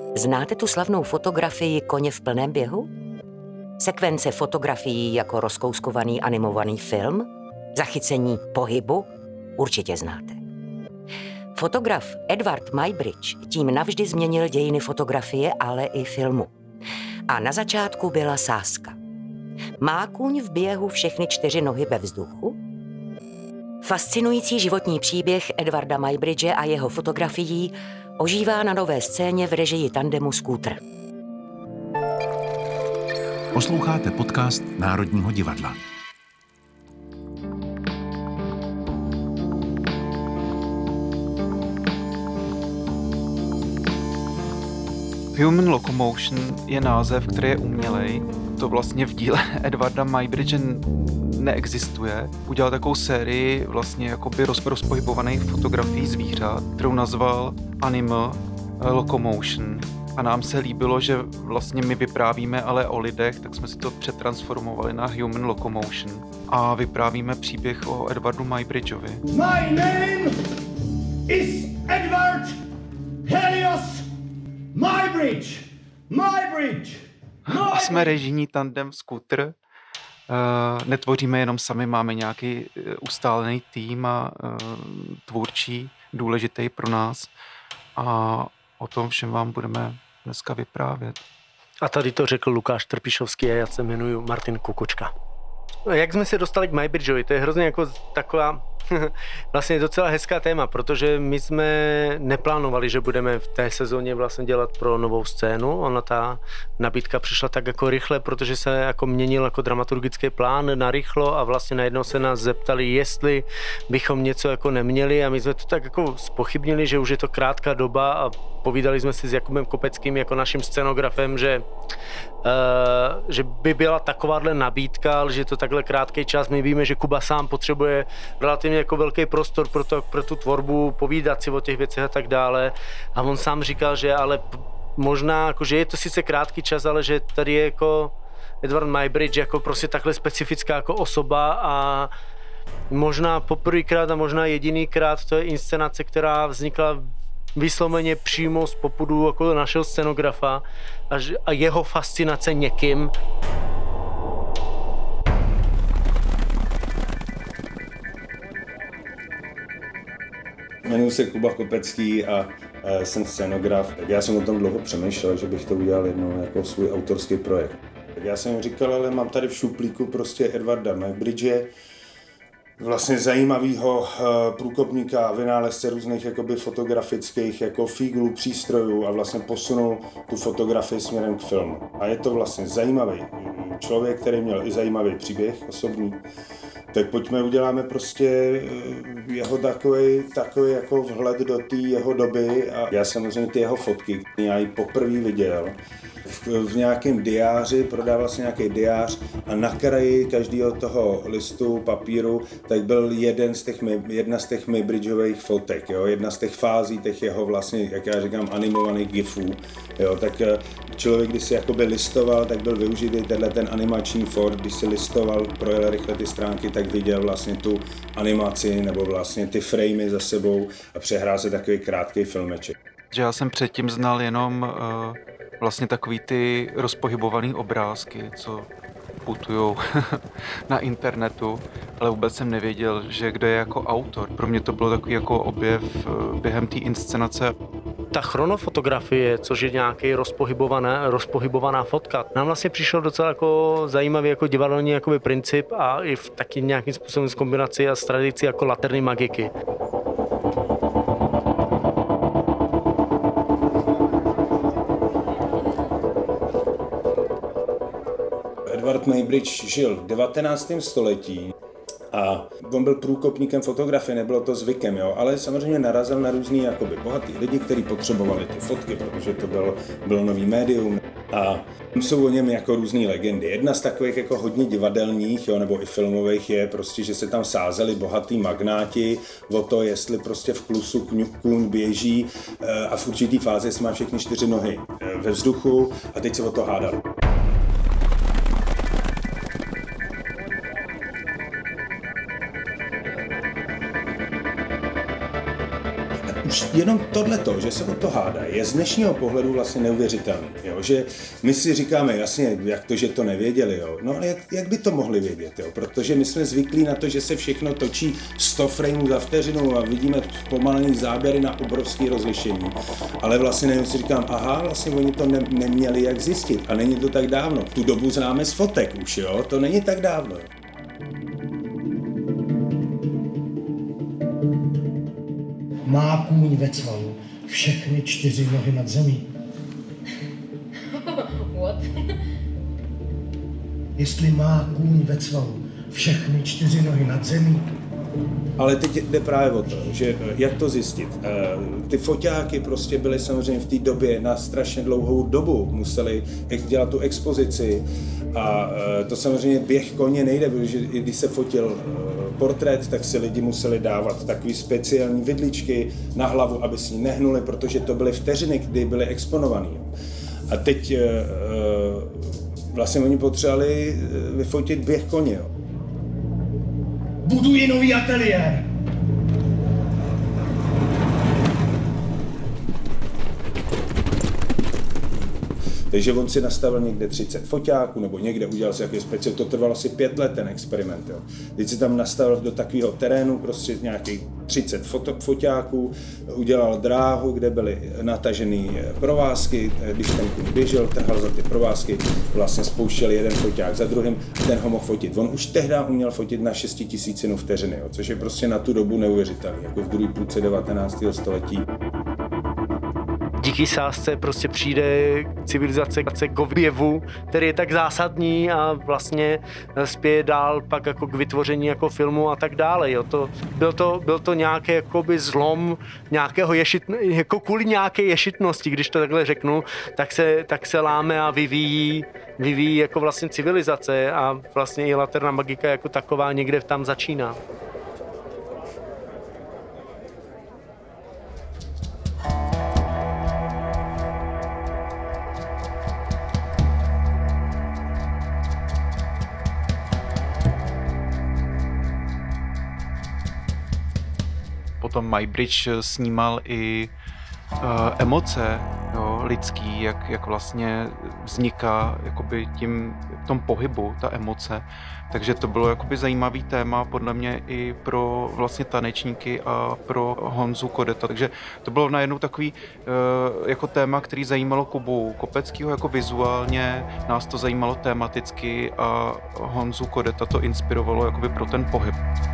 Znáte tu slavnou fotografii Koně v plném běhu? Sekvence fotografií jako rozkouskovaný animovaný film? Zachycení pohybu? Určitě znáte. Fotograf Edward Muybridge tím navždy změnil dějiny fotografie, ale i filmu. A na začátku byla sázka. Má kůň v běhu všechny 4 nohy ve vzduchu? Fascinující životní příběh Edwarda Muybridge a jeho fotografií ožívá na nové scéně v režii tandemu Scooter. Posloucháte podcast Národního divadla. Human Locomotion je název, který je umělej. To vlastně v díle Edwarda Muybridge neexistuje. Udělal takovou sérii vlastně jakoby rozpohybovaných fotografií zvířat, kterou nazval Animal Locomotion. A nám se líbilo, že vlastně my vyprávíme ale o lidech, tak jsme si to přetransformovali na Human Locomotion. A vyprávíme příběh o Edwardu Muybridgeovi. My name is Edward Helios Muybridge. A jsme režijní tandem Scooter. Netvoříme jenom sami, máme nějaký ustálený tým a tvůrčí, důležitý pro nás. A o tom všem vám budeme dneska vyprávět. A tady to řekl Lukáš Trpišovský a já se jmenuji Martin Kukočka. Jak jsme se dostali k Muybridgeovi, to je hrozně jako taková vlastně docela hezká téma, protože my jsme neplánovali, že budeme v té sezóně vlastně dělat pro Novou scénu. Ona ta nabídka přišla tak jako rychle, protože se jako měnil jako dramaturgický plán na rychlo a vlastně najednou se nás zeptali, jestli bychom něco jako neměli a my jsme to tak jako zpochybnili, že už je to krátká doba a povídali jsme si s Jakubem Kopeckým jako naším scenografem, že by byla takováhle nabídka, ale že to takhle krátký čas. My víme, že Kuba sám potřebuje relativně jako velký prostor pro tu tvorbu, povídat si o těch věcech a tak dále. A on sám říkal, že ale možná, jako, že je to sice krátký čas, ale že tady je jako Edward Muybridge jako prostě takhle specifická jako osoba a možná poprvýkrát a možná jedinýkrát to je inscenace, která vznikla vysloveně přímo z popudu jako našeho scenografa a jeho fascinace někým. Jmenuji se Kuba Kopecký a jsem scenograf. Já jsem o tom dlouho přemýšlel, že bych to udělal jednou jako svůj autorský projekt. Já jsem říkal, ale mám tady v šuplíku prostě Edwarda Muybridge, vlastně zajímavého průkopníka, vynálezce různých jakoby fotografických jako fíglů, přístrojů a vlastně posunul tu fotografii směrem k filmu. A je to vlastně zajímavý člověk, který měl i zajímavý příběh osobní. Tak pojďme, uděláme prostě jeho takový jako vhled do té jeho doby a já samozřejmě ty jeho fotky, já ji poprvé viděl v nějakém diáři, prodával se nějaký diář a na kraji každého toho listu papíru tak byl jedna z těch Muybridgeových fotek, jo? Jedna z těch fází těch jeho vlastně, jak já říkám, animovaných gifů. Jo? Tak člověk, když si jakoby listoval, tak byl využitý ten animační for, když si listoval, projel rychle ty stránky, tak viděl vlastně tu animaci nebo vlastně ty framey za sebou a přehrál se takový krátký filmeček. Že já jsem předtím znal jenom vlastně takový ty rozpohybovaný obrázky, co putujou na internetu, ale vůbec jsem nevěděl, že kdo je jako autor. Pro mě to bylo takový jako objev během té inscenace. Ta chronofotografie, což je nějaký rozpohybovaná fotka, nám vlastně přišel docela jako zajímavý jako divadelní jakoby princip a i v taky nějakým způsobem z kombinaci a s tradicí jako laterní magiky. Edward Muybridge žil v 19. století a on byl průkopníkem fotografie, nebylo to zvykem, jo, ale samozřejmě narazil na různý jakoby bohatý lidi, kteří potřebovali ty fotky, protože to bylo nový médium. A jsou o něm jako různý legendy. Jedna z takových jako hodně divadelních, jo, nebo i filmových je prostě, že se tam sázeli bohatý magnáti o to, jestli prostě v klusu kůň běží a v určitý fázi má všechny 4 nohy ve vzduchu a teď se o to hádali. už jenom tohleto, že se o to hádají, je z dnešního pohledu vlastně neuvěřitelný. Jo? Že my si říkáme, jasně, jak to, že to nevěděli, jo? No ale jak by to mohli vědět, jo? Protože my jsme zvyklí na to, že se všechno točí 100 frameů za vteřinu a vidíme zpomalený záběry na obrovský rozlišení. Ale vlastně nevím, si říkám, aha, vlastně oni to neměli jak zjistit a není to tak dávno. Tu dobu známe z fotek už, jo? To není tak dávno. Jo? Má kůň ve cvalu všechny 4 nohy nad zemí. What? Jestli má kůň ve cvalu všechny 4 nohy nad zemí. Ale teď jde právě o to, že jak to zjistit. Ty foťáky prostě byly samozřejmě v té době na strašně dlouhou dobu. Museli dělat tu expozici a to samozřejmě běh koně nejde, protože i když se fotil portrét, tak si lidi museli dávat takový speciální vidličky na hlavu, aby si ji nehnuli, protože to byly vteřiny, kdy byly exponovaný. A teď vlastně oni potřebovali vyfotit běh koně. Jo. Buduji nový ateliér. Takže on si nastavil někde 30 foťáků, nebo někde udělal si jaký speciál, to trvalo asi 5 let ten experiment. Jo. Teď si tam nastavil do takového terénu prostě nějakých 30 foťáků, udělal dráhu, kde byly natažené provázky, když ten kůň běžel, trhal za ty provázky, vlastně spouštěl jeden foťák za druhým, ten ho mohl fotit. On už tehdy uměl fotit na 6000 vteřiny, jo, což je prostě na tu dobu neuvěřitelné, jako v druhé půlce 19. století. Díky sázce prostě přijde civilizace k objevu, který je tak zásadní a vlastně spěje dál pak jako k vytvoření jako filmu a tak dále. Jo. Byl to nějaký jakoby zlom nějakého jako kvůli nějaké ješitnosti, když to takhle řeknu, tak se láme a vyvíjí jako vlastně civilizace a vlastně i Laterna Magica jako taková někde tam začíná. Potom Muybridge snímal i emoce, jo, lidský, jak vlastně vzniká jakoby v tom pohybu ta emoce. Takže to bylo jakoby zajímavý téma podle mě i pro vlastně tanečníky a pro Honzu Kodeta. Takže to bylo najednou takový jako téma, který zajímalo Kubu Kopeckýho jako vizuálně, nás to zajímalo tematicky a Honzu Kodeta to inspirovalo jakoby pro ten pohyb.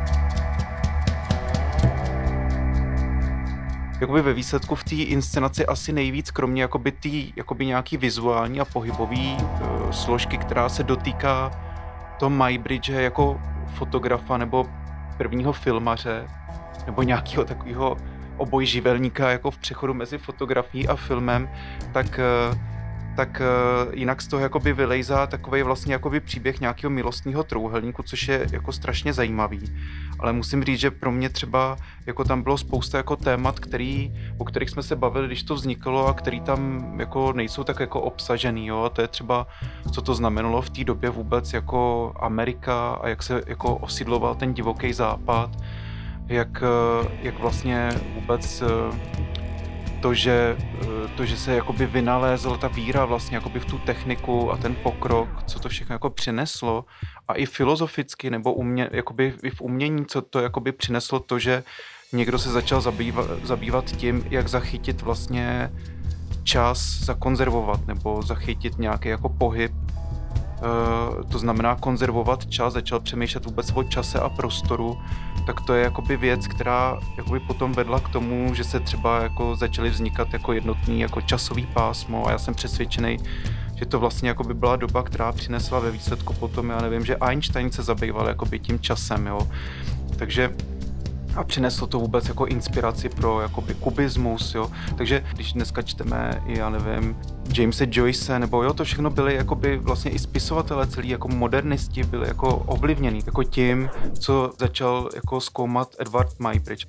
Jakoby ve výsledku v té inscenaci asi nejvíc, kromě jakoby nějaký vizuální a pohybový složky, která se dotýká toho Muybridge jako fotografa nebo prvního filmaře nebo nějakého takového obojživelníka jako v přechodu mezi fotografií a filmem, tak jinak z toho jakoby vylejzá takovej vlastně jakoby příběh nějakého milostného trojúhelníku, což je jako strašně zajímavý. Ale musím říct, že pro mě třeba jako tam bylo spousta jako témat, o kterých jsme se bavili, když to vzniklo a který tam jako nejsou tak jako obsažený, jo. A to je třeba, co to znamenalo v té době vůbec jako Amerika a jak se jako osidloval ten divoký západ, jak vlastně vůbec to, že se jakoby vynalézla ta víra vlastně jakoby v tu techniku a ten pokrok, co to všechno jako přineslo a i filozoficky nebo jakoby i v umění, co to jakoby přineslo to, že někdo se začal zabývat tím, jak zachytit vlastně čas, zakonzervovat nebo zachytit nějaký jako pohyb. To znamená konzervovat čas, začal přemýšlet vůbec o čase a prostoru, tak to je jakoby věc, která jakoby potom vedla k tomu, že se třeba jako začaly vznikat jako jednotný jako časový pásmo a já jsem přesvědčený, že to vlastně jakoby byla doba, která přinesla ve výsledku potom, já nevím, že Einstein se zabýval jakoby tím časem, jo. Takže a přineslo to vůbec jako inspiraci pro jakoby kubismus, jo. Takže když dneska čteme, já nevím, Jamese Joyce, nebo jo, to všechno byly jakoby vlastně i spisovatelé, celý jako modernisti byli jako ovlivněný jako tím, co začal jako zkoumat Edward Muybridge.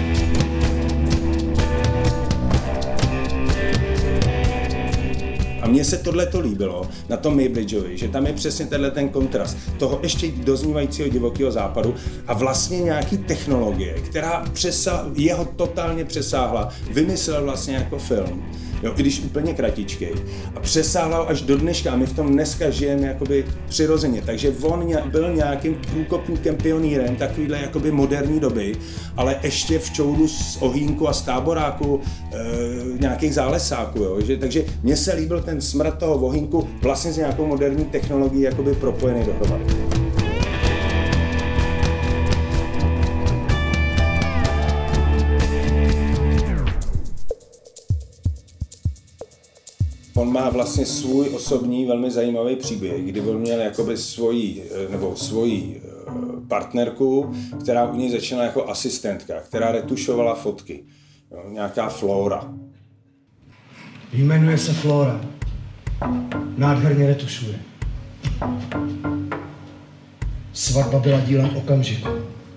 A mně se tohleto líbilo na tom Maybridgeovi, že tam je přesně tenhle ten kontrast toho ještě doznívajícího divokého západu a vlastně nějaký technologie, která jeho totálně přesáhla, vymyslel vlastně jako film. Jo, i když úplně kratičkej. A přesáhla až do dneška a my v tom dneska žijeme jakoby přirozeně. Takže on byl nějakým průkopníkem, pionýrem takovýhle jakoby moderní doby, ale ještě v čoudu z ohýnku a z táboráku nějakých zálesáků. Jo. Takže mně se líbil ten smrad toho ohýnku vlastně s nějakou moderní technologií jakoby propojený dohromady. On má vlastně svůj osobní velmi zajímavý příběh, kdy on měl jakoby svoji partnerku, která u něj začala jako asistentka, která retušovala fotky. Jo, nějaká Flora. Jmenuje se Flora. Nádherně retušuje. Svatba byla dílem okamžiku.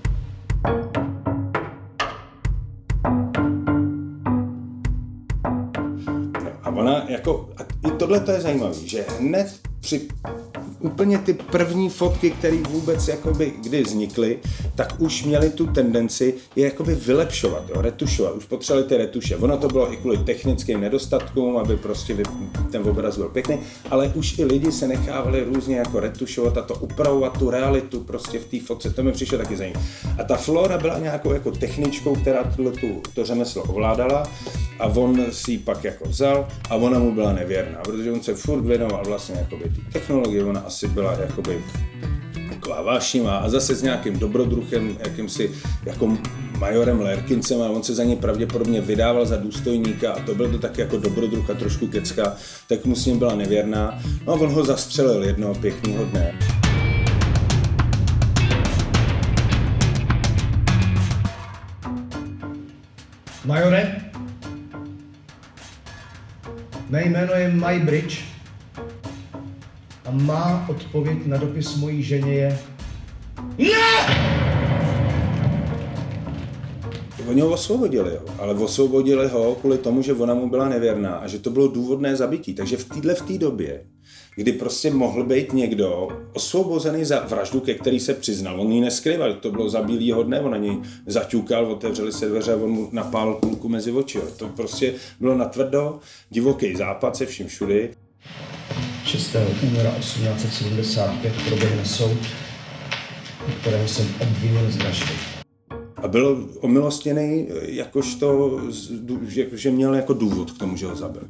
Ona jako, i tohle to je zajímavé, že hned při úplně ty první fotky, které vůbec jakoby kdy vznikly, tak už měly tu tendenci je jakoby vylepšovat, jo, retušovat, už potřebovali ty retuše. Ono to bylo i kvůli technickým nedostatkům, aby prostě ten obraz byl pěkný, ale už i lidi se nechávali různě jako retušovat a to upravovat tu realitu prostě v té fotce, to mi přišlo taky zajímavé. A ta Flora byla nějakou jako techničkou, která to řemeslo ovládala a on si ji pak jako vzal a ona mu byla nevěrná, protože on se furt věnoval vlastně jakoby ty technologie, ona asi byla jakoby taková vášnivá a zase s nějakým dobrodruhem, jakýmsi jako majorem Lerkincem a on se za ně pravděpodobně vydával za důstojníka a to byl to taky jako dobrodruh a trošku kecka, tak mu s ním byla nevěrná. No a on ho zastřelil jednoho pěkného dne. Majore, mé jméno je Maybridge a má odpověď na dopis mojí ženě je ne! Oni ho osvobodili, jo, ale osvobodili ho kvůli tomu, že ona mu byla nevěrná a že to bylo důvodné zabití. Takže v té době, kdy prostě mohl být někdo osvobozený za vraždu, ke který se přiznal, on ji neskrýval, to bylo za bílýho dne, on na něj zaťukal, otevřeli se dveře a on mu napálil kulku mezi oči. Jo. To prostě bylo natvrdo, divoký západ se vším všudy. 6. února 1875 proběhne soud, u kterého jsem obviněn z vraždy. A byl omilostněný, že měl jako důvod k tomu, že ho zabil.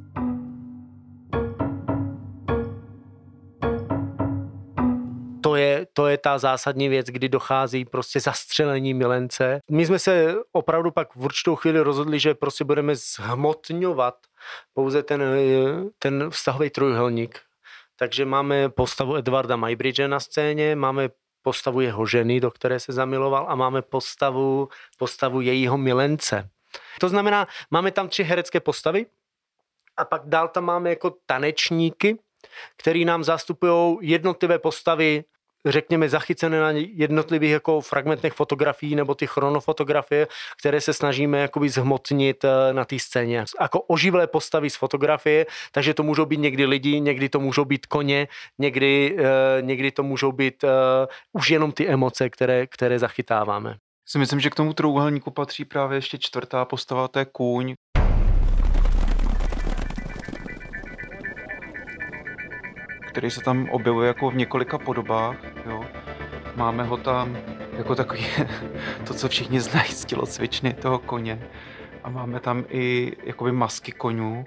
To je ta zásadní věc, kdy dochází prostě zastřelení milence. My jsme se opravdu pak v určitou chvíli rozhodli, že prostě budeme zhmotňovat pouze ten vztahový trojúhelník. Takže máme postavu Edwarda Maybridge na scéně, máme postavu jeho ženy, do které se zamiloval a máme postavu jejího milence. To znamená, máme tam 3 herecké postavy a pak dál tam máme jako tanečníky, který nám zastupují jednotlivé postavy, řekněme, zachycené na jednotlivých jako fragmentech fotografií nebo ty chronofotografie, které se snažíme jakoby zhmotnit na té scéně. Jako oživlé postavy z fotografie, takže to můžou být někdy lidi, někdy to můžou být koně, někdy to můžou být už jenom ty emoce, které zachytáváme. Si myslím, že k tomu trojúhelníku patří právě ještě 4. postava, to je kůň. Který se tam objevuje jako v několika podobách, jo. Máme ho tam jako takový, to, co všichni znají z tělocvičny toho koně. A máme tam i jakoby masky konňů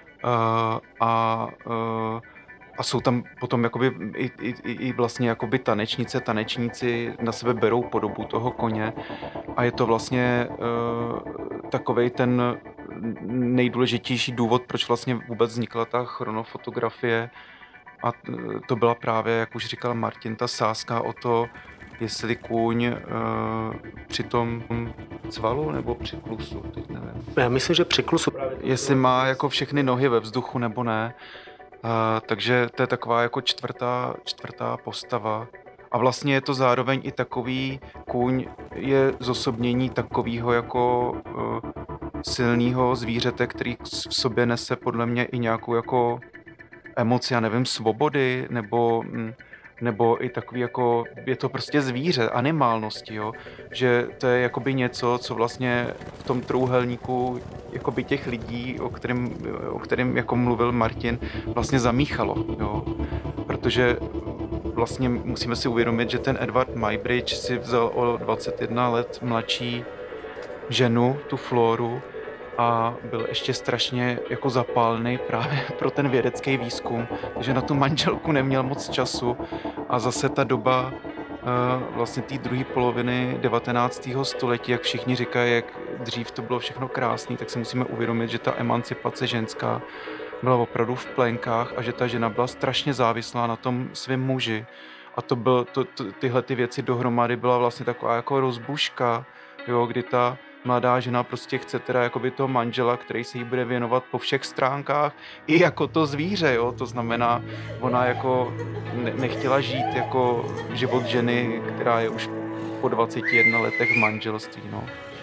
a jsou tam potom jakoby i vlastně jakoby tanečníci na sebe berou podobu toho koně a je to vlastně takovej ten nejdůležitější důvod, proč vlastně vůbec vznikla ta chronofotografie. A to byla právě, jak už říkal Martin, ta sázka o to, jestli kůň při tom cvalu nebo při klusu, teď nevím. Já myslím, že při klusu právě. Jestli má jako všechny nohy ve vzduchu nebo ne. Takže to je taková jako čtvrtá postava. A vlastně je to zároveň i takový, kůň je zosobnění takového jako silného zvířete, který v sobě nese podle mě i nějakou jako emoci, já nevím, svobody, nebo i takový jako, je to prostě zvíře, animálnosti, jo? Že to je jakoby něco, co vlastně v tom trůhelníku jakoby těch lidí, o kterém jako mluvil Martin, vlastně zamíchalo, jo? Protože vlastně musíme si uvědomit, že ten Edward Muybridge si vzal o 21 let mladší ženu, tu Floru, a byl ještě strašně jako zapálný právě pro ten vědecký výzkum, takže na tu manželku neměl moc času a zase ta doba vlastně té druhé poloviny 19. století, jak všichni říkají, jak dřív to bylo všechno krásný, tak si musíme uvědomit, že ta emancipace ženská byla opravdu v plenkách a že ta žena byla strašně závislá na tom svém muži. A tyhle ty věci dohromady byla vlastně taková jako rozbuška, jo, kdy ta mladá žena prostě chce teda jakoby toho manžela, který se jí bude věnovat po všech stránkách, i jako to zvíře, jo, to znamená, ona jako nechtěla žít jako život ženy, která je už po 21 letech v manželství, no.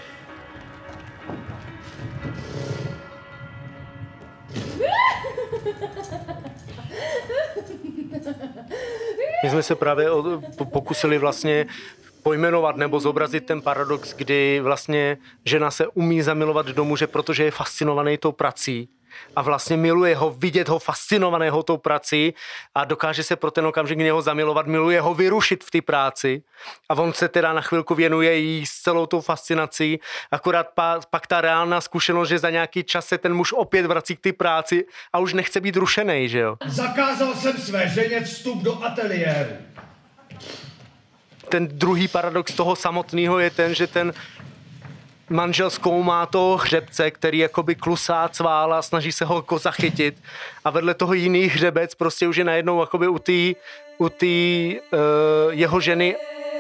My jsme se právě pokusili vlastně pojmenovat nebo zobrazit ten paradox, kdy vlastně žena se umí zamilovat do muže, protože je fascinovaný tou prací a vlastně miluje ho, vidět ho fascinovaného tou prací a dokáže se pro ten okamžik něho zamilovat, miluje ho vyrušit v té práci a on se teda na chvilku věnuje jí s celou tou fascinací, akorát pak ta reálná zkušenost, že za nějaký čas se ten muž opět vrací k té práci a už nechce být rušený, že jo? Zakázal jsem své ženě vstup do ateliéru. Ten druhý paradox toho samotného je ten, že ten manžel zkoumá toho hřebce, který jakoby klusá, cvála, snaží se ho jako zachytit a vedle toho jiný hřebec prostě už je najednou jakoby u té jeho ženy.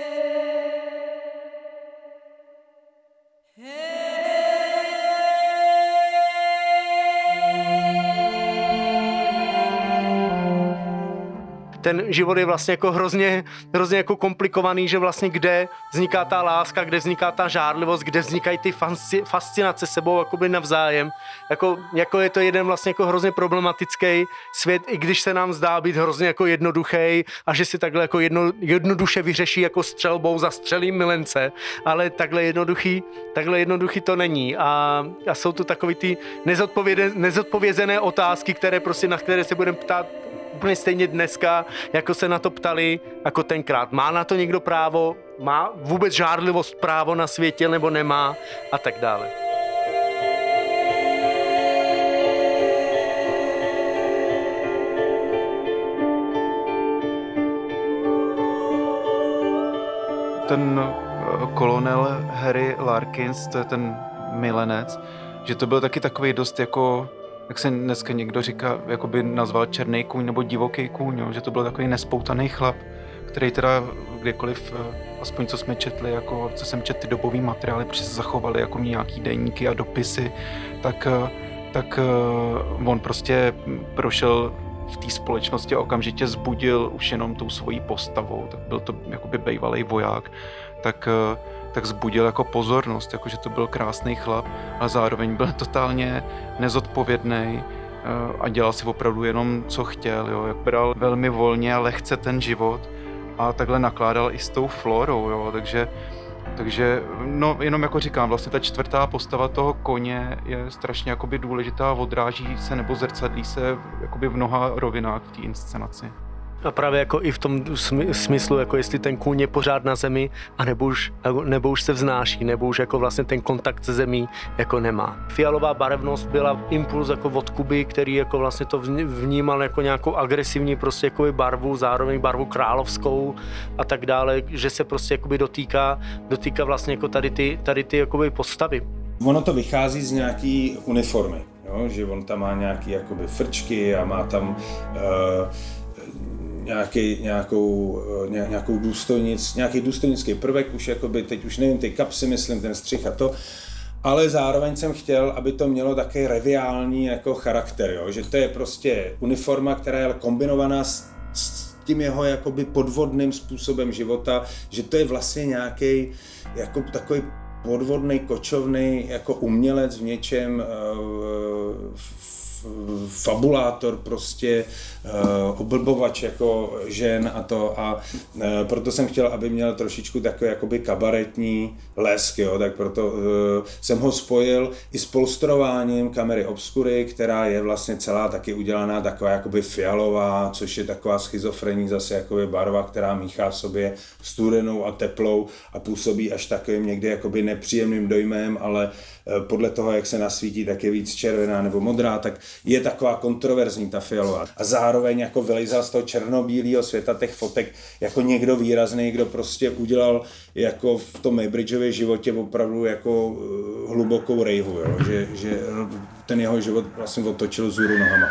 Ten život je vlastně jako hrozně jako komplikovaný, že vlastně kde vzniká ta láska, kde vzniká ta žárlivost, kde vznikají ty fascinace sebou jakoby navzájem. Jako je to jeden vlastně jako hrozně problematický svět, i když se nám zdá být hrozně jako jednoduchý a že si takhle jako jednoduše vyřeší jako střelbou zastřelí milence, ale takhle jednoduchý to není a jsou to takový ty nezodpovězené otázky, které prostě na které se budeme ptát úplně stejně dneska, jako se na to ptali, jako tenkrát. Má na to někdo právo? Má vůbec žárlivost právo na světě nebo nemá? A tak dále. Ten kolonel Harry Larkins, to je ten milenec, že to byl taky takový dost jako, jak se dneska někdo říká, jako by nazval černý kůň nebo divoký kůň, jo? Že to byl takový nespoutaný chlap, který teda kdekoliv, aspoň co jsme četli, jako co jsem četl ty dobový materiály, protože se zachovali jako nějaký deníky a dopisy, tak on prostě prošel v té společnosti a okamžitě zbudil už jenom tou svojí postavou, tak byl to jakoby bývalý voják, tak zbudil jako pozornost, jakože to byl krásný chlap, ale zároveň byl totálně nezodpovědný a dělal si opravdu jenom, co chtěl, jo. Jak bral velmi volně a lehce ten život a takhle nakládal i s tou Florou, jo. Takže no, jenom jako říkám, vlastně ta čtvrtá postava toho koně je strašně jakoby důležitá, odráží se nebo zrcadlí se jakoby v mnoha rovinách v té inscenaci. A právě jako i v tom smyslu, jako jestli ten kůň je pořád na zemi, a nebo už se vznáší, nebo už jako vlastně ten kontakt se zemí jako nemá. Fialová barevnost byla impuls jako od Kuby, který jako vlastně to vnímal jako nějakou agresivní prostě jako barvu, zároveň barvu královskou a tak dále, že se prostě jakoby dotýká vlastně jako tady ty jakoby postavy. Ono to vychází z nějaký uniformy, jo? Že on tam má nějaký jakoby frčky a má tam nějakou nějaký důstojnický prvek, už jakoby, teď už nevím, ty kapsy, myslím, ten střih a to, ale zároveň jsem chtěl, aby to mělo také reviální jako charakter, jo? Že to je prostě uniforma, která je kombinovaná s tím jeho jakoby podvodným způsobem života, že to je vlastně nějaký jako takový podvodný, kočovný jako umělec v něčem fabulátor, prostě oblbovač jako žen a to a proto jsem chtěl, aby měl trošičku takový jakoby kabaretní lesk, jo, tak proto jsem ho spojil i s polstrováním kamery obscury, která je vlastně celá taky udělaná taková jakoby fialová, což je taková schizofrení zase jakoby barva, která míchá v sobě studenou a teplou a působí až takovým někdy jakoby nepříjemným dojmem, ale podle toho, jak se nasvítí, tak je víc červená nebo modrá, tak je taková kontroverzní ta fialová. A zároveň jako vylejzal z toho černobílého světa těch fotek jako někdo výrazný, kdo prostě udělal jako v tom Maybridgeově životě opravdu jako hlubokou rejvu, jo? Že ten jeho život vlastně otočil vzhůru nohama.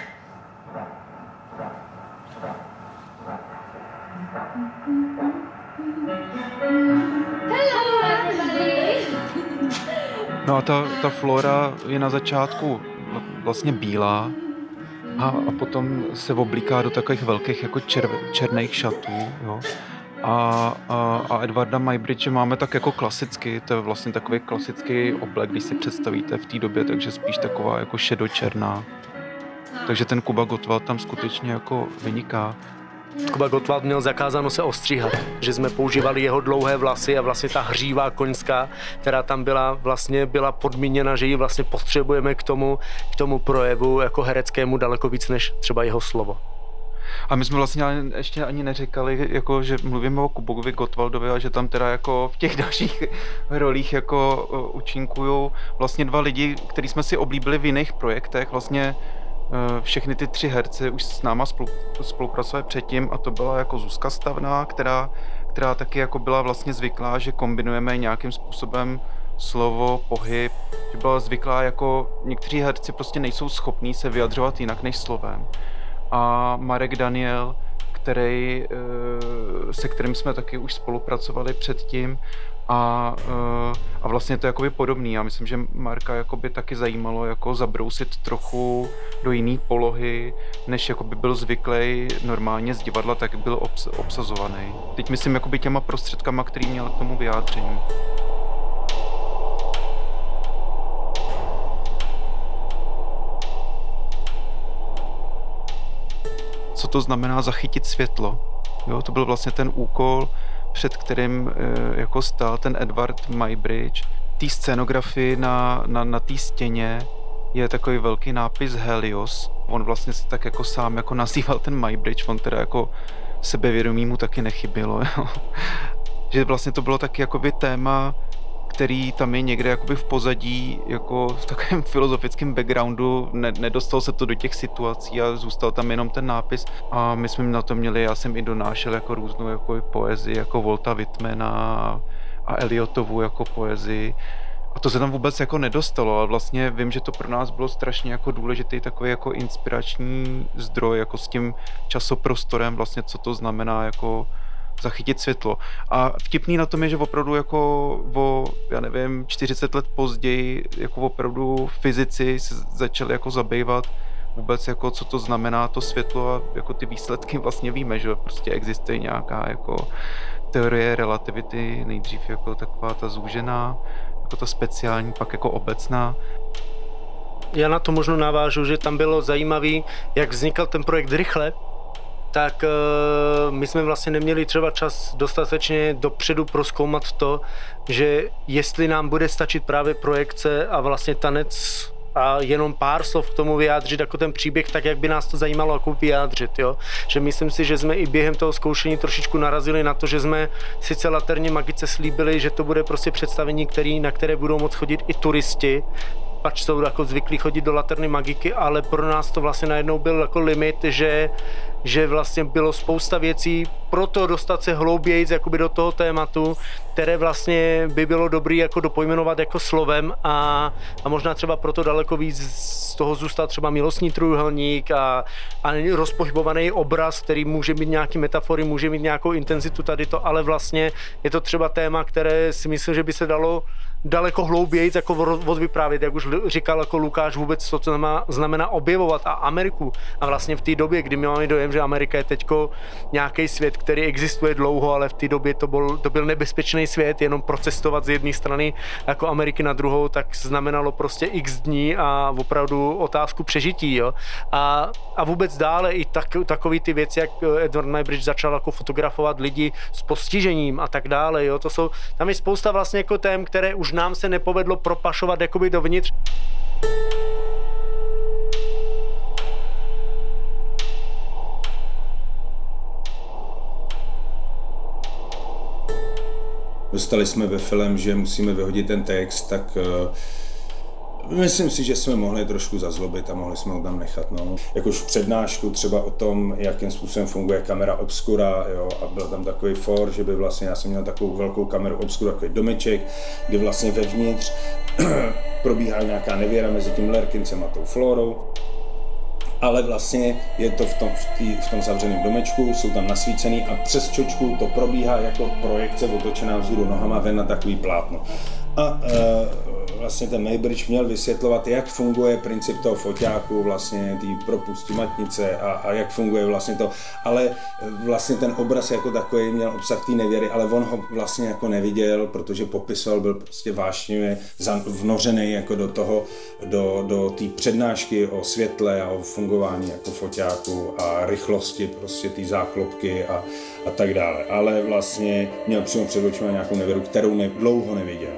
No a ta Flora je na začátku vlastně bílá a potom se oblíká do takových velkých jako černých šatů, jo. A Edwarda Muybridge máme tak jako klasicky, to je vlastně takový klasický oblek, když si představíte v té době, takže spíš taková jako šedočerná. Takže ten Kuba Gottwald tam skutečně jako vyniká. Kuba Gottwald měl zakázáno se ostříhat, že jsme používali jeho dlouhé vlasy a vlastně ta hřívá koňská, která tam byla podmíněna, že ji vlastně potřebujeme k tomu projevu jako hereckému daleko víc než třeba jeho slovo. A my jsme vlastně ještě ani neříkali, jako, že mluvíme o Kubovi Gottwaldovi a že tam teda jako v těch dalších rolích jako účinkují vlastně dva lidi, který jsme si oblíbili v jiných projektech. Vlastně všechny ty 3 herci už s náma spolupracovali předtím a to byla jako Zuzka Stavná, která taky jako byla vlastně zvyklá, že kombinujeme nějakým způsobem slovo, pohyb, že byla zvyklá jako někteří herci prostě nejsou schopní se vyjadřovat jinak než slovem. A Marek Daniel, se kterým jsme taky už spolupracovali předtím a vlastně to je jakoby podobný. Já myslím, že Marka jakoby taky zajímalo jako zabrousit trochu do jiné polohy, než jakoby byl zvyklý normálně z divadla, tak byl obsazovaný. Teď myslím jakoby těma prostředkama, který měl k tomu vyjádření. Co to znamená zachytit světlo? Jo, to byl vlastně ten úkol, před kterým jako stál ten Edward Muybridge. Té scénografii na té stěně je takový velký nápis Helios. On vlastně se tak jako sám jako nazýval ten Muybridge, on teda jako sebevědomí mu taky nechybělo. Jo. Že vlastně to bylo taky jakoby téma, který tam je někde jakoby v pozadí, jako v takovém filozofickém backgroundu, nedostal se to do těch situací a zůstal tam jenom ten nápis. A my jsme na to měli, já jsem i donášel jako různou jako poezii, jako Walta Whitmana a Eliotovu jako poezii. A to se tam vůbec jako nedostalo, ale vlastně vím, že to pro nás bylo strašně jako důležitý takový jako inspirační zdroj, jako s tím časoprostorem vlastně, co to znamená jako zachytit světlo. A vtipný na tom je, že opravdu jako o, já nevím, 40 let později jako opravdu fyzici se začali jako zabývat vůbec jako co to znamená to světlo a jako ty výsledky vlastně víme, že prostě existuje nějaká jako teorie relativity, nejdřív jako taková ta zúžená, jako ta speciální, pak jako obecná. Já na to možno navážu, že tam bylo zajímavý, jak vznikal ten projekt rychle, tak my jsme vlastně neměli třeba čas dostatečně dopředu prozkoumat to, že jestli nám bude stačit právě projekce a vlastně tanec a jenom pár slov k tomu vyjádřit jako ten příběh, tak jak by nás to zajímalo jako vyjádřit, jo. Že myslím si, že jsme i během toho zkoušení trošičku narazili na to, že jsme sice Laterně Magice slíbili, že to bude prostě představení, na které budou moct chodit i turisti, pač jsou jako zvyklí chodit do Laterny Magiky, ale pro nás to vlastně najednou byl jako limit, že vlastně bylo spousta věcí pro to dostat se hlouběji jakoby do toho tématu, které vlastně by bylo dobrý jako dopojmenovat jako slovem a možná třeba proto daleko víc z toho zůstal třeba milostný trojúhelník a rozpohybovaný obraz, který může mít nějaký metafory, může mít nějakou intenzitu tady to, ale vlastně je to třeba téma, které si myslím, že by se dalo daleko hlouběji jako odvyprávět, jak už říkal jako Lukáš, vůbec to znamená objevovat a Ameriku a vlastně v té době, kdy my máme dojem, dojem, že Amerika je teďko nějaký svět, který existuje dlouho, ale v té době to byl nebezpečný svět, jenom procestovat z jedné strany jako Ameriky na druhou, tak znamenalo prostě x dní a opravdu otázku přežití, jo. A vůbec dále i takový ty věci, jak Edward Muybridge začal jako fotografovat lidi s postižením a tak dále, jo. Tam je spousta vlastně jako tém, které už nám se nepovedlo propašovat jakoby dovnitř. Dostali jsme ve film, že musíme vyhodit ten text, tak myslím si, že jsme mohli trošku zazlobit a mohli jsme ho tam nechat. No. Jakož přednášku třeba o tom, jakým způsobem funguje kamera obscura, jo, a byl tam takový for, že by vlastně, já jsem měl takovou velkou kameru obscura, takový domeček, kdy vlastně vevnitř probíhá nějaká nevěra mezi tím Lerkincem a tou Florou. Ale vlastně je to v tom zavřeném domečku, jsou tam nasvícený a přes čočku to probíhá jako projekce otočená vzhůru nohama ven na takový plátno. A vlastně ten Muybridge měl vysvětlovat, jak funguje princip toho foťáku, vlastně ty propustí matnice a jak funguje vlastně to, ale vlastně ten obraz jako takový měl obsah té nevěry, ale on ho vlastně jako neviděl, protože popisoval, byl prostě vášnivě vnořený jako do toho, do té přednášky o světle a o fungování jako foťáku a rychlosti prostě té záklopky a tak dále, ale vlastně měl přímo před očima nějakou nevěru, kterou dlouho neviděl.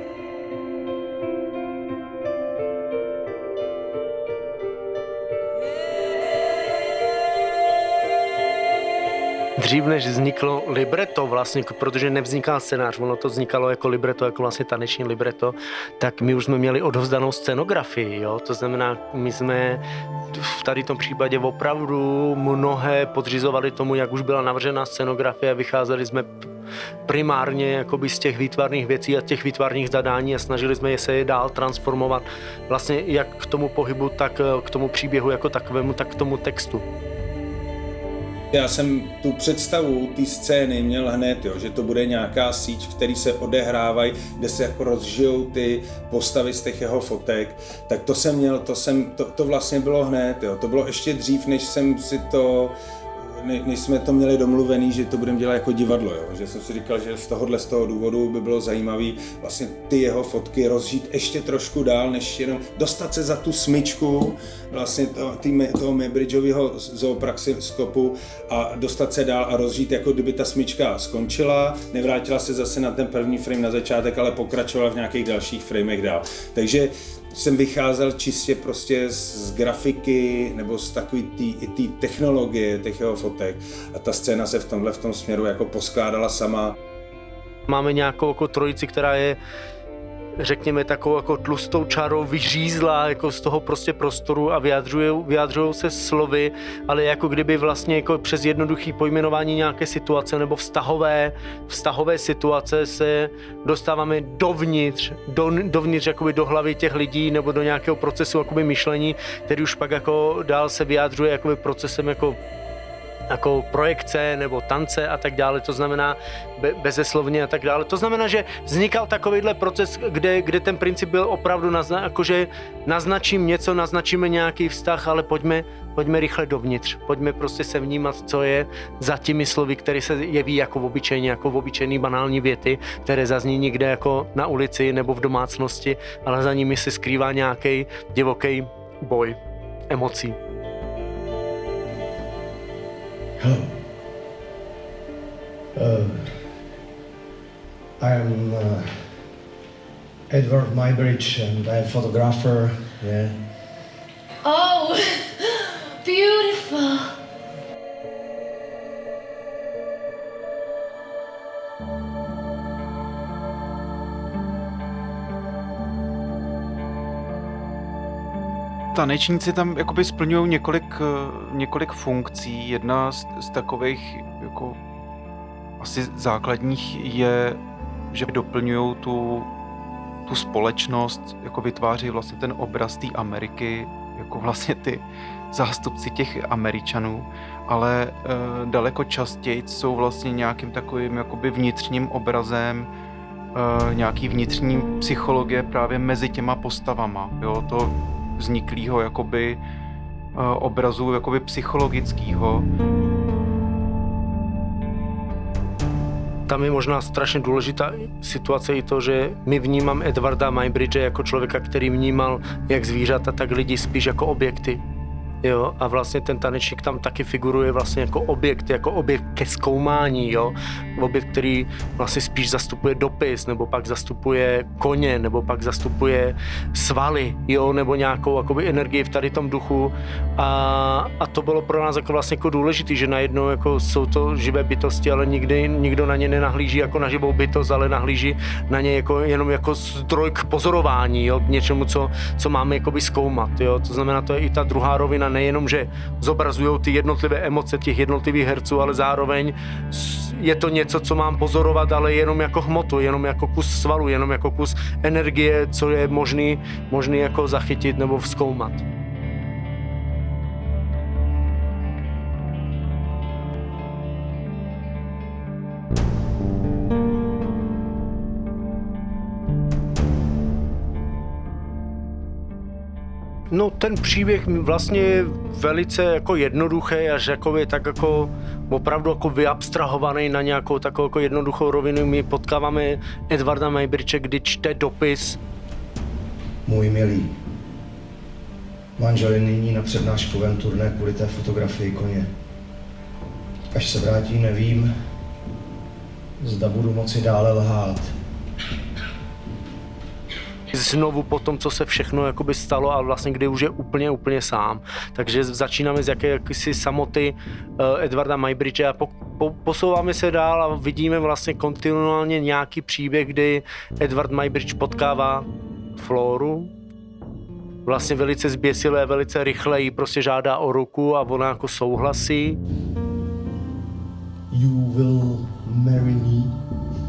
Dřív než vzniklo libreto vlastně, protože nevznikal scénář, ono to vznikalo jako libreto, jako vlastně taneční libreto, tak my už jsme měli odovzdanou scenografii, jo? To znamená, my jsme v tady tom případě opravdu mnohé podřizovali tomu, jak už byla navržená scenografie, vycházeli jsme primárně jakoby z těch výtvarných věcí a těch výtvarných zadání a snažili jsme se je dál transformovat vlastně jak k tomu pohybu, tak k tomu příběhu jako takovému, tak k tomu textu. Já jsem tu představu té scény měl hned, jo, že to bude nějaká síť, v který se odehrávají, kde se jako rozžijou ty postavy z těch jeho fotek, tak to jsem měl, to vlastně bylo hned, jo. To bylo ještě dřív, než jsem si to, než jsme to měli domluvený, že to budeme dělat jako divadlo, jo. Že jsem si říkal, že z toho důvodu by bylo zajímavý vlastně ty jeho fotky rozžít ještě trošku dál, než jenom dostat se za tu smyčku vlastně toho Muybridgeového zoopraxiskopu a dostat se dál a rozžít, jako kdyby ta smyčka skončila, nevrátila se zase na ten první frame na začátek, ale pokračovala v nějakých dalších framech dál. Takže jsem vycházel čistě prostě z grafiky nebo z takový té technologie těch jeho fotek a ta scéna se v tom směru jako poskládala sama. Máme nějakou jako trojici, která je, řekněme, takovou jako tlustou čarou vyřízlá jako z toho prostě prostoru a vyjadřují se slovy, ale jako kdyby vlastně jako přes jednoduché pojmenování nějaké situace nebo vztahové situace se dostáváme dovnitř jakoby do hlavy těch lidí nebo do nějakého procesu jakoby myšlení, který už pak jako dál se vyjadřuje jakoby procesem jako projekce nebo tance a tak dále, to znamená bezeslovně a tak dále. To znamená, že vznikal takovýhle proces, kde ten princip byl opravdu jakože naznačím něco, naznačíme nějaký vztah, ale pojďme rychle dovnitř. Pojďme prostě se vnímat, co je za těmi slovy, které se jeví jako obyčejný banální věty, které zazní někde jako na ulici nebo v domácnosti, ale za nimi se skrývá nějaký divoký boj emocí. Hello. I am Edward Muybridge and I'm a photographer. Yeah. Oh, beautiful. Tanečníci tam jakoby splňují několik funkcí. Jedna z takových jako asi základních je, že doplňují tu společnost, jako vytváří vlastně ten obraz té Ameriky, jako vlastně ty zástupci těch Američanů, ale daleko častěji jsou vlastně nějakým takovým jakoby vnitřním obrazem, nějaký vnitřní psychologie právě mezi těma postavama, jo, to vzniklýho jakoby obrazu jakoby psychologického. tam je možná strašně důležitá situace i to, že my vnímám Edwarda Muybridge jako člověka, který vnímal jak zvířata, tak lidi spíš jako objekty. Jo, a vlastně ten tanečník tam taky figuruje vlastně jako objekt ke zkoumání, jo. Objekt, který vlastně spíš zastupuje dopis, nebo pak zastupuje koně, nebo pak zastupuje svaly, jo, nebo nějakou jakoby energii v tady tom duchu. A to bylo pro nás jako vlastně jako důležitý, že najednou jako jsou to živé bytosti, ale nikdo na ně nenahlíží jako na živou bytost, ale nahlíží na ně jako jenom jako zdroj k pozorování, jo, k něčemu, co máme jakoby zkoumat, jo. To znamená, to je i ta druhá rovina, nejenom, že zobrazují ty jednotlivé emoce těch jednotlivých herců, ale zároveň je to něco, co mám pozorovat, ale jenom jako hmotu, jenom jako kus svalu, jenom jako kus energie, co je možný jako zachytit nebo vzkoumat. No, ten příběh vlastně je velice jako jednoduchý, až jakoby tak jako opravdu jako vyabstrahovaný na nějakou takovou jako jednoduchou rovinu. My potkáváme Edwarda Muybridge, kdy čte dopis. Můj milý, manžel je nyní na přednáškovém turné kvůli té fotografii koně. Až se vrátí, nevím, zda budu moci dále lhát. Znovu po tom, co se všechno jakoby stalo a vlastně kdy už je úplně sám. Takže začínáme z jakési samoty Edwarda Muybridge a posouváme se dál a vidíme vlastně kontinuálně nějaký příběh, kdy Edward Muybridge potkává Floru. Vlastně velice zběsilé, velice rychle jí prostě žádá o ruku a ona jako souhlasí. You will marry me.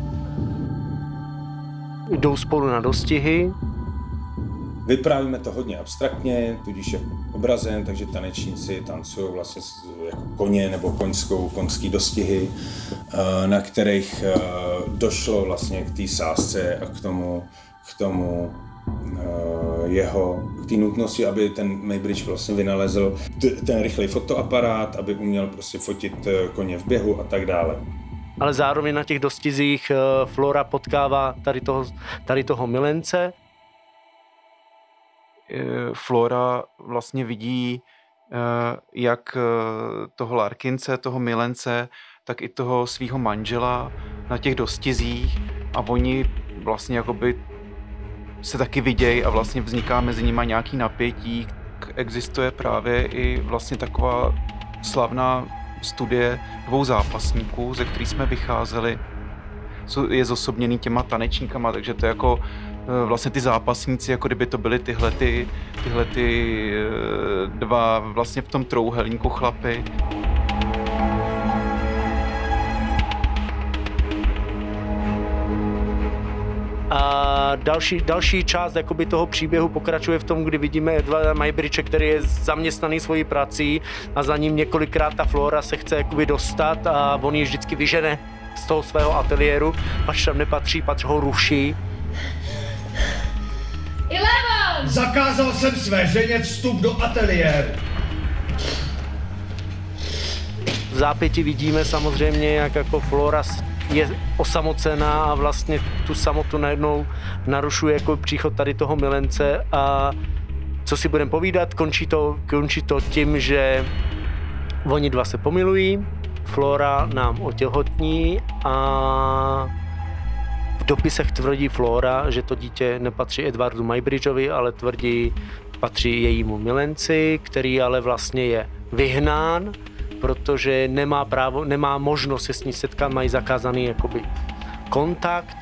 Jdou spolu na dostihy. Vyprávíme to hodně abstraktně, tudíž jako obrazem, takže tanečníci tancují vlastně jako koně nebo koňský dostihy, na kterých došlo vlastně k té sázce a k tomu k té nutnosti, aby ten Muybridge vlastně vynalezl ten rychlej fotoaparát, aby uměl prostě fotit koně v běhu a tak dále. Ale zároveň na těch dostizích Flora potkává tady toho milence. Flora vlastně vidí jak toho Larkince, toho milence, tak i toho svého manžela na těch dostizích a oni vlastně jakoby se taky vidějí a vlastně vzniká mezi nimi nějaký napětí. Existuje právě i vlastně taková slavná studie 2 zápasníků, ze kterých jsme vycházeli, je zosobněný těma tanečníkama, takže to je jako vlastně ty zápasníci, jako kdyby to byly tyhle 2 vlastně v tom trouhelníku chlapy. A další část jakoby toho příběhu pokračuje v tom, kdy vidíme Edwarda Muybridge, který je zaměstnaný svojí prací a za ním několikrát ta Flora se chce jakoby dostat a on ji vždycky vyžene z toho svého ateliéru, pač tam nepatří, pač ho ruší. 11! Zakázal jsem své ženě vstup do ateliéru. V zápěti vidíme samozřejmě, jak jako Flora je osamocená a vlastně tu samotu najednou narušuje jako příchod tady toho milence a co si budeme povídat, končí to tím, že oni 2 se pomilují, Flora nám otěhotní a v dopisech tvrdí Flora, že to dítě nepatří Edwardu Muybridgeovi, ale tvrdí, patří jejímu milenci, který ale vlastně je vyhnán, protože nemá možnost se s ní setkat, mají zakázaný jakoby kontakt.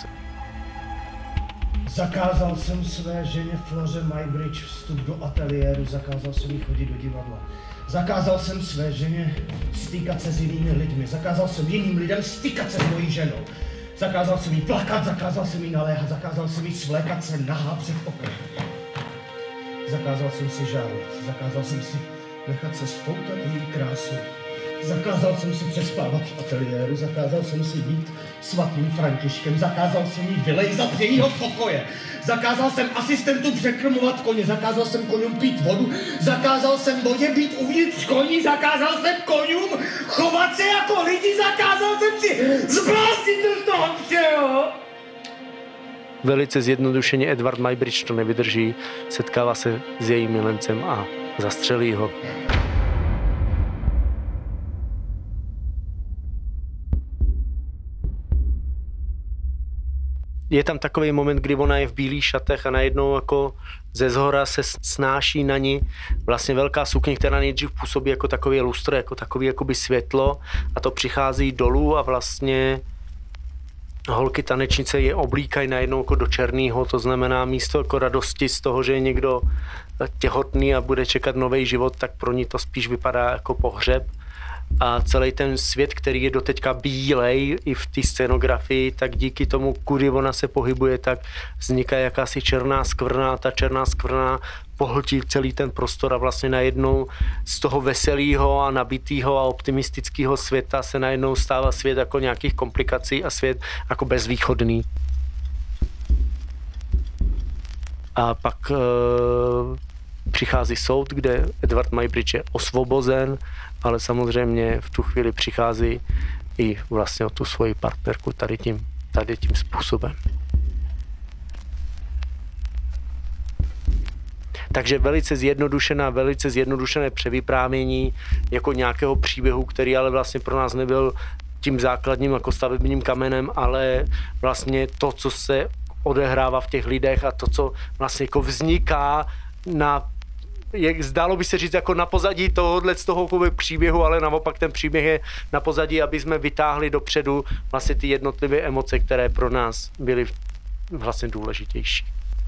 Zakázal jsem své ženě Floře Muybridge vstup do ateliéru, zakázal jsem jí chodit do divadla. Zakázal jsem své ženě stýkat se s jinými lidmi, zakázal jsem jiným lidem stýkat se s mojí ženou. Zakázal jsem jí plakat, zakázal jsem jí naléhat, zakázal jsem jí svlékat se nahá před okem. Zakázal jsem si žádat, zakázal jsem si nechat se spoutat její krásu. Zakázal jsem si přespávat v ateliéru, zakázal jsem si být svatým Františkem, zakázal jsem jí vylejzat z jejího pokoje, zakázal jsem asistentu překrmovat koně, zakázal jsem koňům pít vodu, zakázal jsem vodě být uvnitř koní, zakázal jsem koňům chovat se jako lidi, zakázal jsem si zbláznit z toho všeho. Velice zjednodušeně Edward Muybridge to nevydrží, setkává se s jejím milencem a zastřelí ho. Je tam takový moment, kdy ona je v bílých šatech a najednou jako ze zhora se snáší na ní vlastně velká sukně, která nejdřív působí jako takový lustro, jako takový jakoby světlo a to přichází dolů a vlastně holky tanečnice je oblíkají najednou jako do černýho, to znamená místo jako radosti z toho, že je někdo těhotný a bude čekat nový život, tak pro ní to spíš vypadá jako pohřeb. A celý ten svět, který je doteďka bílej i v té scenografii, tak díky tomu, kudy ona se pohybuje, tak vzniká jakási černá skvrna. Ta černá skvrna pohltí celý ten prostor a vlastně najednou z toho veselého a nabitého a optimistického světa se najednou stává svět jako nějakých komplikací a svět jako bezvýchodný. A pak přichází soud, kde Edward Muybridge je osvobozen, ale samozřejmě v tu chvíli přichází i vlastně o tu svoji partnerku tady tím způsobem. Takže velice zjednodušené převyprávění jako nějakého příběhu, který ale vlastně pro nás nebyl tím základním jako stavebním kamenem, ale vlastně to, co se odehrává v těch lidech a to, co vlastně jako vzniká zdálo by se říct jako na pozadí tohohle z toho příběhu, ale naopak ten příběh je na pozadí, aby jsme vytáhli dopředu vlastně ty jednotlivé emoce, které pro nás byly vlastně důležitější.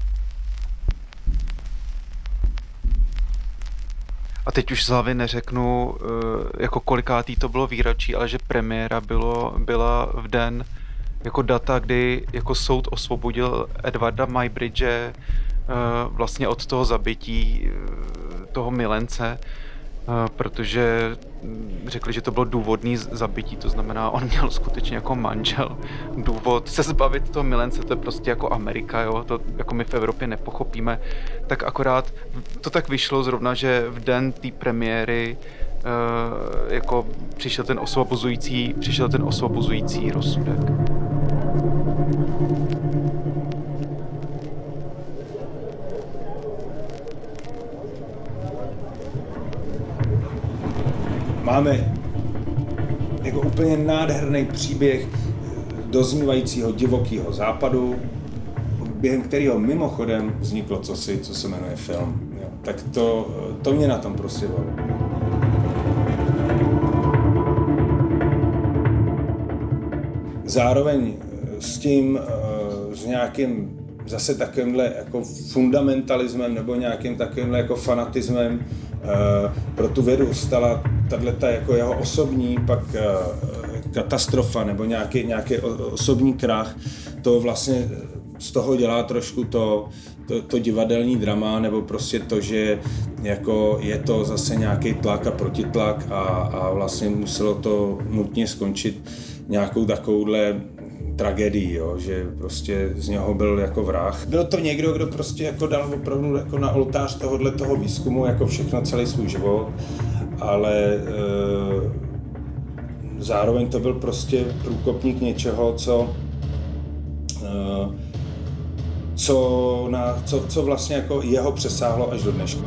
A teď už z hlavy neřeknu, jako kolikátý to bylo výročí, ale že premiéra byla v den jako data, kdy jako soud osvobodil Edwarda Muybridge vlastně od toho zabití toho milence, protože řekli, že to bylo důvodný zabití, to znamená, on měl skutečně jako manžel důvod se zbavit toho milence, to je prostě jako Amerika, jo? To jako my v Evropě nepochopíme, tak akorát to tak vyšlo zrovna, že v den té premiéry jako přišel ten osvobozující rozsudek. Máme jako úplně nádherný příběh doznívajícího divokého západu, během kterého mimochodem vzniklo cosi, co se jmenuje film. Jo. Tak to mě na tom prostě baví. Zároveň s tím, s nějakým zase takovýmhle jako fundamentalismem nebo nějakým takovýmhle jako fanatismem pro tu vědu stala tato jako jeho osobní pak katastrofa nebo nějaký osobní krach. To vlastně z toho dělá trošku to divadelní drama, nebo prostě to, že jako je to zase nějaký tlak a protitlak a vlastně muselo to nutně skončit nějakou takovouhle tragédii, jo, že prostě z něho byl jako vrah. Byl to někdo, kdo prostě jako dal opravdu jako na oltář toho výzkumu jako všechno celý svůj život, ale zároveň to byl prostě průkopník něčeho, co vlastně jako jeho přesáhlo až do dneška.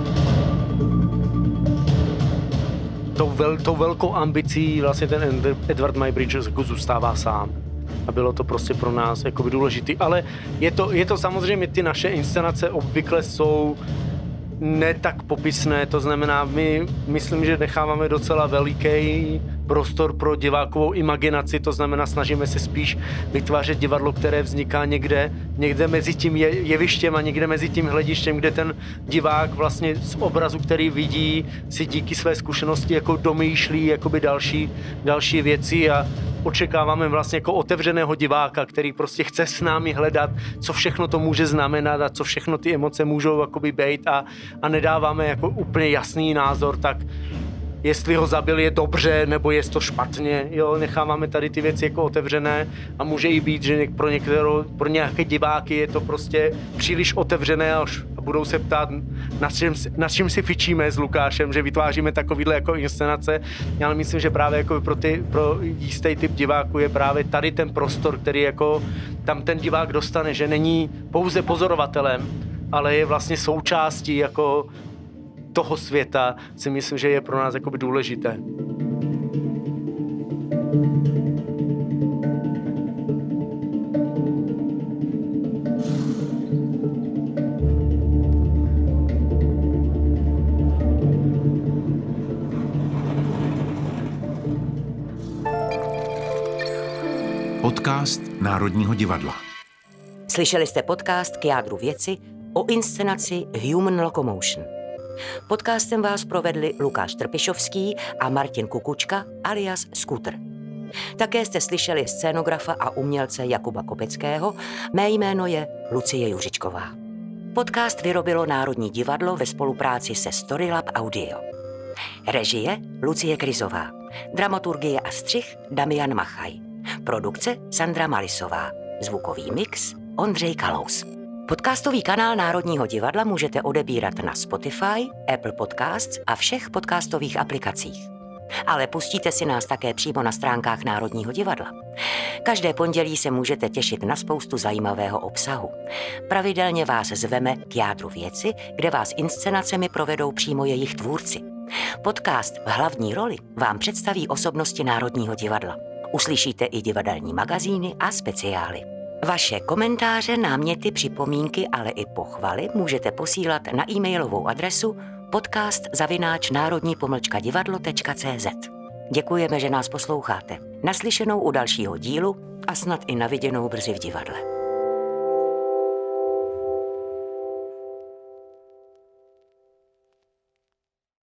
Tou velkou ambicí vlastně ten Edward Muybridge jako zůstává sám. A bylo to prostě pro nás jakoby důležitý. Ale je to samozřejmě, ty naše inscenace obvykle jsou ne tak popisné, to znamená, my myslím, že necháváme docela veliký prostor pro divákovou imaginaci, to znamená, snažíme se spíš vytvářet divadlo, které vzniká někde mezi tím jevištěm a někde mezi tím hledištěm, kde ten divák vlastně z obrazu, který vidí, si díky své zkušenosti jako domýšlí jakoby další věci a očekáváme vlastně jako otevřeného diváka, který prostě chce s námi hledat, co všechno to může znamenat a co všechno ty emoce můžou jakoby být a nedáváme jako úplně jasný názor, tak jestli ho zabil je dobře, nebo je to špatně, jo, necháváme tady ty věci jako otevřené a může i být, že pro nějaké diváky je to prostě příliš otevřené a budou se ptát, na čím si fičíme s Lukášem, že vytváříme takovýhle jako inscenace, ale myslím, že právě jako pro jistý typ diváků je právě tady ten prostor, který jako tam ten divák dostane, že není pouze pozorovatelem, ale je vlastně součástí jako toho světa, si myslím, že je pro nás jakoby důležité. Podcast Národního divadla. Slyšeli jste podcast K jádru věci o inscenaci Human Locomotion. Podcastem vás provedli Lukáš Trpišovský a Martin Kukučka alias Scooter. Také jste slyšeli scénografa a umělce Jakuba Kopeckého, mé jméno je Lucie Juřičková. Podcast vyrobilo Národní divadlo ve spolupráci se Storylab Audio. Režie Lucie Kryzová, dramaturgie a střih Damian Machaj, produkce Sandra Malisová, zvukový mix Ondřej Kalous. Podcastový kanál Národního divadla můžete odebírat na Spotify, Apple Podcasts a všech podcastových aplikacích. Ale pustíte si nás také přímo na stránkách Národního divadla. Každé pondělí se můžete těšit na spoustu zajímavého obsahu. Pravidelně vás zveme k jádru věci, kde vás inscenacemi provedou přímo jejich tvůrci. Podcast v hlavní roli vám představí osobnosti Národního divadla. Uslyšíte i divadelní magazíny a speciály. Vaše komentáře, náměty, připomínky, ale i pochvaly můžete posílat na e-mailovou adresu podcast@národní-divadlo.cz. Děkujeme, že nás posloucháte. Naslyšenou u dalšího dílu a snad i na viděnou brzy v divadle.